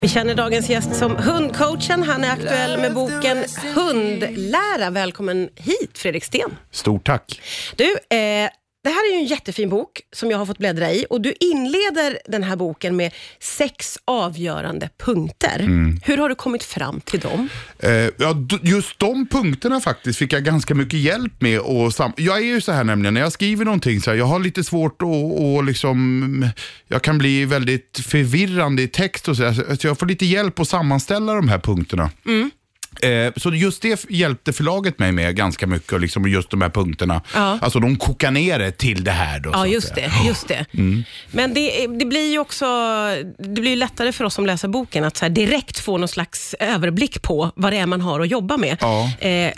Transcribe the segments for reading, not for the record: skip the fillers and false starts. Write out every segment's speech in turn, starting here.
Vi känner dagens gäst som hundcoachen. Han är aktuell med boken Hundlära. Välkommen hit, Fredrik Sten. Stort tack. Du, det här är ju en jättefin bok som jag har fått bläddra i. Och du inleder den här boken med 6 avgörande punkter. Hur har du kommit fram till dem? Just de punkterna faktiskt fick jag ganska mycket hjälp med. Jag är ju så här nämligen, när jag skriver någonting så här, jag har lite svårt att liksom, jag kan bli väldigt förvirrande i text och så här, så jag får lite hjälp att sammanställa de här punkterna. Så just det hjälpte förlaget mig med ganska mycket, och liksom just de här punkterna. Ja. Alltså de kokar ner det till det här då. Ja, just det. Men det blir ju också, det blir ju lättare för oss som läser boken att så här direkt få någon slags överblick på vad det är man har att jobba med. Ja.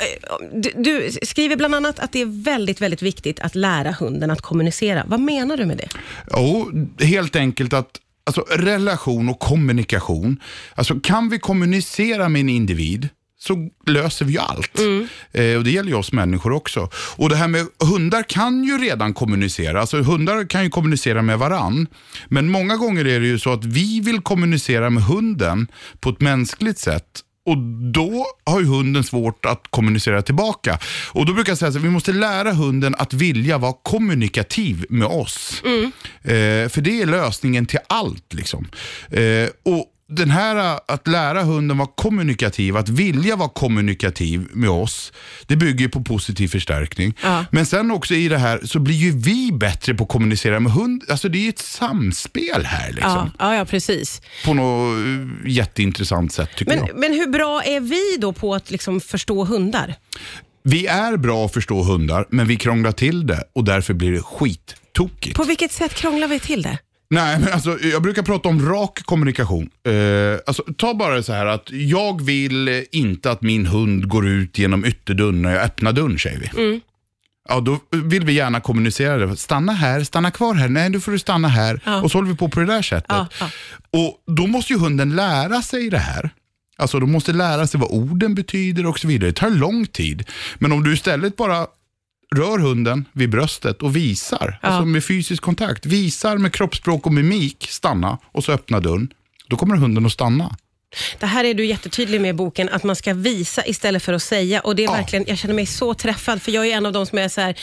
Du skriver bland annat att det är väldigt, väldigt viktigt att lära hunden att kommunicera. Vad menar du med det? Jo, helt enkelt att alltså, relation och kommunikation, alltså kan vi kommunicera med en individ så löser vi ju allt. Och det gäller ju oss människor också. Och det här med hundar kan ju redan kommunicera. Alltså hundar kan ju kommunicera med varann. Men många gånger är det ju så att vi vill kommunicera med hunden på ett mänskligt sätt. Och då har ju hunden svårt att kommunicera tillbaka. Och då brukar jag säga att vi måste lära hunden att vilja vara kommunikativ med oss. För det är lösningen till allt liksom. Och den här att lära hunden vara kommunikativ, att vilja vara kommunikativ med oss, det bygger på positiv förstärkning. Ja. Men sen också i det här så blir ju vi bättre på att kommunicera med hund. Alltså det är ett samspel här liksom. Ja, precis. På något jätteintressant sätt tycker jag. Men hur bra är vi då på att liksom förstå hundar? Vi är bra att förstå hundar, men vi krånglar till det och därför blir det skittokigt. På vilket sätt krånglar vi till det? Nej, men alltså, jag brukar prata om rak kommunikation. Alltså, ta bara så här att jag vill inte att min hund går ut genom ytterdörren när jag öppnar dörren, säger vi. Ja, då vill vi gärna kommunicera det. Stanna här, stanna kvar här. Nej, då får du stanna här. Ja. Och så håller vi på det där sättet. Ja. Och då måste ju hunden lära sig det här. Alltså, de måste lära sig vad orden betyder och så vidare. Det tar lång tid. Men om du istället bara rör hunden vid bröstet och visar, alltså med fysisk kontakt, visar med kroppsspråk och mimik, stanna och så öppna dörren, då kommer hunden att stanna. Det här är du jättetydlig med i boken, att man ska visa istället för att säga, och det är verkligen, jag känner mig så träffad, för jag är en av de som är så här: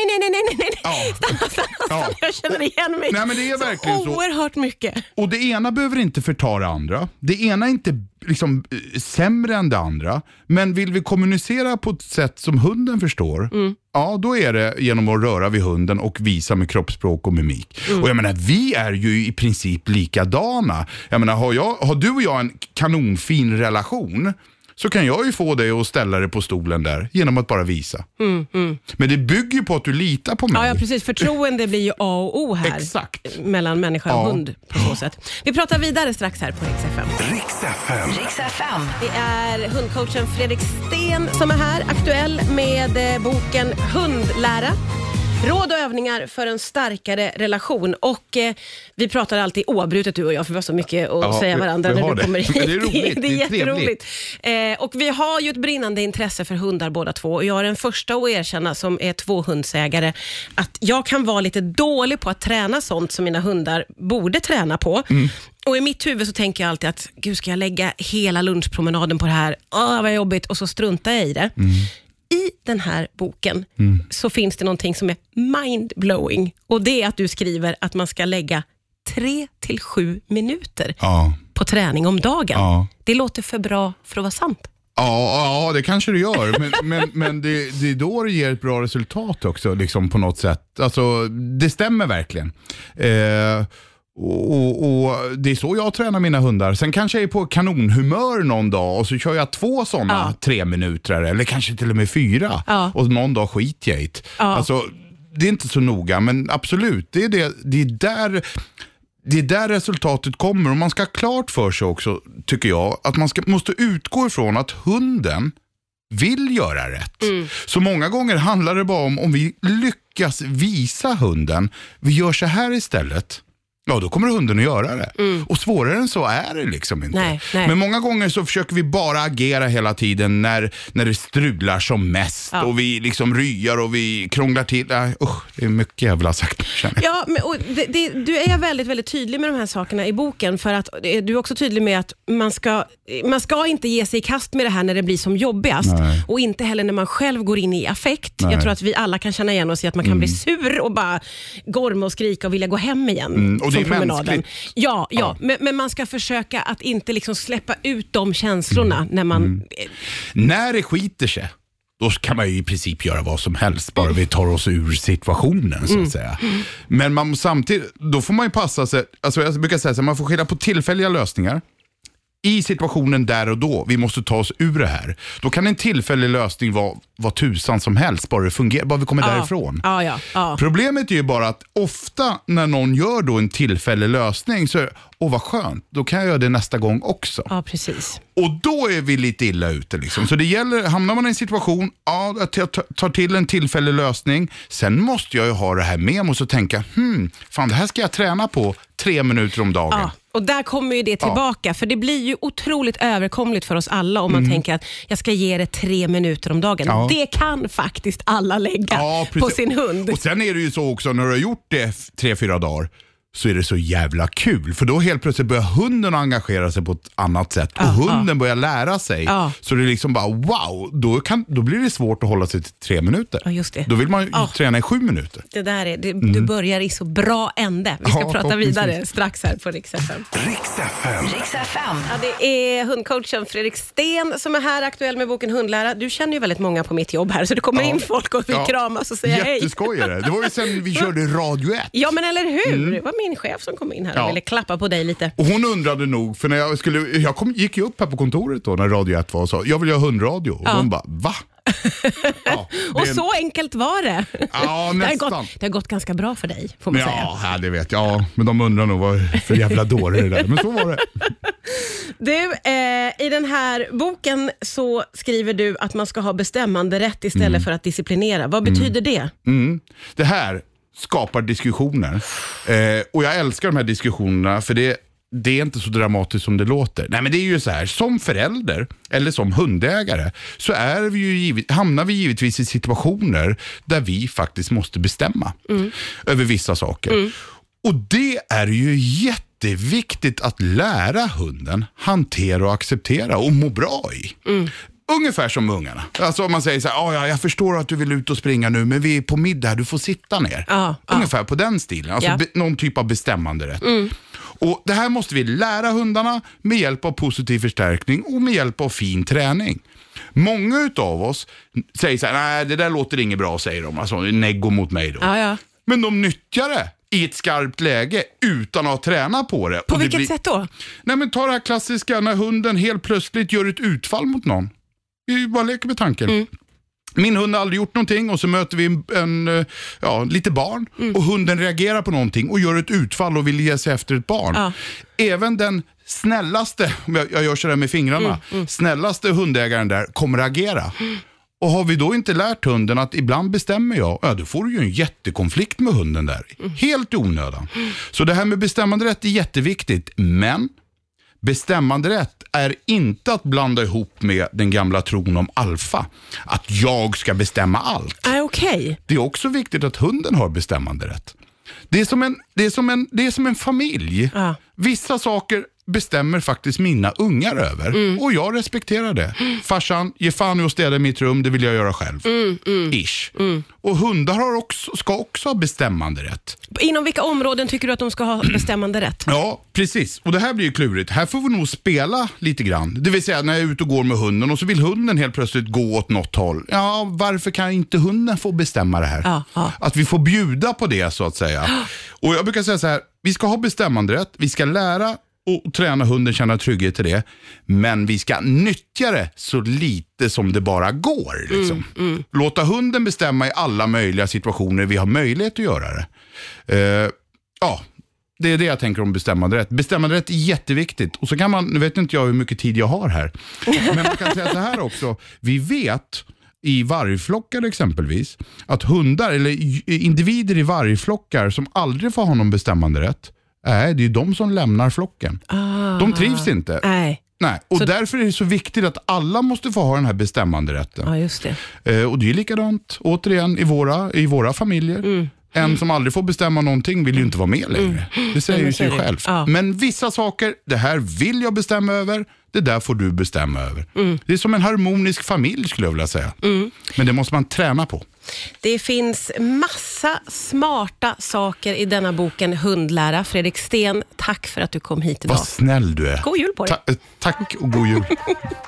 nej, stanna. Jag känner igen mig. Nej, men det är verkligen så oerhört mycket. Och det ena behöver inte förta det andra. Det ena är inte liksom sämre än det andra, men vill vi kommunicera på ett sätt som hunden förstår, ja, då är det genom att röra vid hunden och visa med kroppsspråk och mimik. Och jag menar, vi är ju i princip likadana. Jag menar, har du och jag en kanonfin relation, så kan jag ju få dig att ställa dig på stolen där genom att bara visa. Men det bygger ju på att du litar på mig. Ja, precis. Förtroende blir ju A och O här. Exakt. Mellan människa och hund på så sätt. Vi pratar vidare strax här på Rix FM. Rix FM. Det är hundcoachen Fredrik Sten som är här, aktuell med boken Hundlära. Råd och övningar för en starkare relation. Och vi pratar alltid oavbrutet, du och jag, för vi har så mycket att säga varandra när du kommer hit. Det är roligt, det är jätteroligt. Och vi har ju ett brinnande intresse för hundar båda två. Och jag är den första att erkänna, som är 2 hundsägare, att jag kan vara lite dålig på att träna sånt som mina hundar borde träna på. Och i mitt huvud så tänker jag alltid att gud, ska jag lägga hela lunchpromenaden på det här? Vad jobbigt. Och så struntar jag i det. I den här boken så finns det någonting som är mind-blowing. Och det är att du skriver att man ska lägga 3-7 minuter på träning om dagen. Det låter för bra för att vara sant. Ja, det kanske det gör. Men det är då det ger ett bra resultat också, liksom, på något sätt. Alltså, det stämmer verkligen. Och det är så jag tränar mina hundar. Sen kanske jag är på kanonhumör någon dag och så kör jag 2 sådana 3 minuter eller kanske till och med 4 och någon dag skiter jag i det. Alltså, det är inte så noga, men absolut, det är där resultatet kommer. Och man ska ha klart för sig också, tycker jag, att man måste utgå ifrån att hunden vill göra rätt. Så många gånger handlar det bara om vi lyckas visa hunden, vi gör så här istället. ja, då kommer hunden att göra det. Och svårare än så är det liksom inte. Nej. Men många gånger så försöker vi bara agera hela tiden när det strular som mest. Och vi liksom ryar och vi krånglar till. Det är mycket jag vill ha sagt. Ja, men, du är väldigt, väldigt tydlig med de här sakerna i boken, för att du är också tydlig med att man ska inte ge sig i kast med det här när det blir som jobbigast. Nej. Och inte heller när man själv går in i affekt. Nej. Jag tror att vi alla kan känna igen oss i att man kan bli sur och bara gorma och skrika och vilja gå hem igen. Och det är mänskligt. Ja. Men man ska försöka att inte liksom släppa ut de känslorna när man... När det skiter sig, då kan man ju i princip göra vad som helst, bara vi tar oss ur situationen så att säga. Men man samtidigt, då får man ju passa sig, alltså jag brukar säga så, man får skilja på tillfälliga lösningar i situationen där och då. Vi måste ta oss ur det här. Då kan en tillfällig lösning vara tusan som helst, bara det fungerar, bara vi kommer därifrån. Ja. Problemet är ju bara att ofta när någon gör då en tillfällig lösning så vad skönt, då kan jag göra det nästa gång också. Ja, precis. Och då är vi lite illa ute liksom. Så det gäller, hamnar man i en situation, att jag tar till en tillfällig lösning, sen måste jag ju ha det här med mig och så tänka, fan det här ska jag träna på 3 minuter om dagen. Ja. Och där kommer ju det tillbaka, för det blir ju otroligt överkomligt för oss alla om man tänker att jag ska ge det 3 minuter om dagen. Ja. Det kan faktiskt alla lägga på sin hund. Och sen är det ju så också, när du har gjort det 3-4 dagar, så är det så jävla kul. För då helt plötsligt börjar hunden engagera sig på ett annat sätt. Och hunden börjar lära sig. Så det är liksom bara, wow, då blir det svårt att hålla sig till 3 minuter. Ja, just det. Då vill man ju träna i 7 minuter. Det där är, du börjar i så bra ände. Vi ska prata vidare strax här på Rix FM. Rix FM. Ja, det är hundcoachen Fredrik Sten som är här, aktuell med boken Hundlära. Du känner ju väldigt många på mitt jobb här, så det kommer in folk och vi kramas och säger hej. Jätteskojare. Det var ju sen vi körde Radio 1. Ja, men eller hur? Det var min chef som kom in här och ville klappa på dig lite. Och hon undrade nog, för när jag gick ju upp här på kontoret då när Radio 1 var och sa, jag vill göra hundradio. Och hon bara, va? Och så enkelt var det. Ja, nästan. Det har gått ganska bra för dig, får man säga. Ja, det vet jag. Ja, men de undrar nog vad för jävla dåre det där. Men så var det. Du, i den här boken så skriver du att man ska ha bestämmande rätt istället för att disciplinera. Vad betyder det? Det här skapar diskussioner. Och jag älskar de här diskussionerna, för det är inte så dramatiskt som det låter. Nej, men det är ju så här, som förälder eller som hundägare så hamnar vi givetvis i situationer där vi faktiskt måste bestämma över vissa saker. Och det är ju jätteviktigt att lära hunden hantera och acceptera och må bra i. Ungefär som ungarna. Alltså om man säger så här, jag förstår att du vill ut och springa nu, men vi är på middag, du får sitta ner. Ungefär på den stilen. Alltså någon typ av bestämmande rätt. Och det här måste vi lära hundarna med hjälp av positiv förstärkning och med hjälp av fin träning. Många utav oss säger så här, nej det där låter inget bra, säger de. Alltså neggo mot mig då. Men de nyttjar det i ett skarpt läge utan att träna på det. På vilket sätt då? Nej, men ta det här klassiska när hunden helt plötsligt gör ett utfall mot någon. Vi bara leker med tanken. Min hund har aldrig gjort någonting och så möter vi lite barn och hunden reagerar på någonting och gör ett utfall och vill ge sig efter ett barn. Även den snällaste, jag gör så där med fingrarna, snällaste hundägaren där kommer att agera. Och har vi då inte lärt hunden att ibland bestämmer jag, då får du ju en jättekonflikt med hunden där. Helt i onödan. Så det här med bestämmande rätt är jätteviktigt, men bestämmande rätt är inte att blanda ihop med den gamla tron om alfa. Att jag ska bestämma allt. Okay. Det är också viktigt att hunden har bestämmande rätt. Det är som en familj. Vissa saker bestämmer faktiskt mina ungar över. Och jag respekterar det. Farsan, ge fan och städa mitt rum, det vill jag göra själv. Ish. Och hundar ska också ha bestämmande rätt. Inom vilka områden tycker du att de ska ha bestämmande rätt? Ja, precis. Och det här blir ju klurigt. Här får vi nog spela lite grann. Det vill säga när jag är ute och går med hunden och så vill hunden helt plötsligt gå åt något håll. Ja, varför kan inte hunden få bestämma det här? Att vi får bjuda på det så att säga. Och jag brukar säga så här, vi ska ha bestämmande rätt. Vi ska lära och träna hunden, känna trygghet till det. Men vi ska nyttja det så lite som det bara går. Liksom. Låta hunden bestämma i alla möjliga situationer vi har möjlighet att göra det. Det är det jag tänker om bestämmande rätt. Bestämmande rätt är jätteviktigt. Och så kan man, nu vet inte jag hur mycket tid jag har här. Men man kan säga så här också. Vi vet i vargflockar exempelvis att hundar eller individer i vargflockar som aldrig får ha någon bestämmande rätt, Nej, det är de som lämnar flocken. De trivs inte. Nej. Och därför är det så viktigt att alla måste få ha den här bestämmanderätten. Ja, just det. Och det är likadant, återigen, i våra familjer. En som aldrig får bestämma någonting vill ju inte vara med längre. Det säger ju sig själv. Ja. Men vissa saker, det här vill jag bestämma över, det där får du bestämma över. Det är som en harmonisk familj skulle jag vilja säga. Men det måste man träna på. Det finns massa smarta saker i denna boken Hundlära. Fredrik Sten, tack för att du kom hit idag. Vad snäll du är. God jul på dig. Tack och god jul.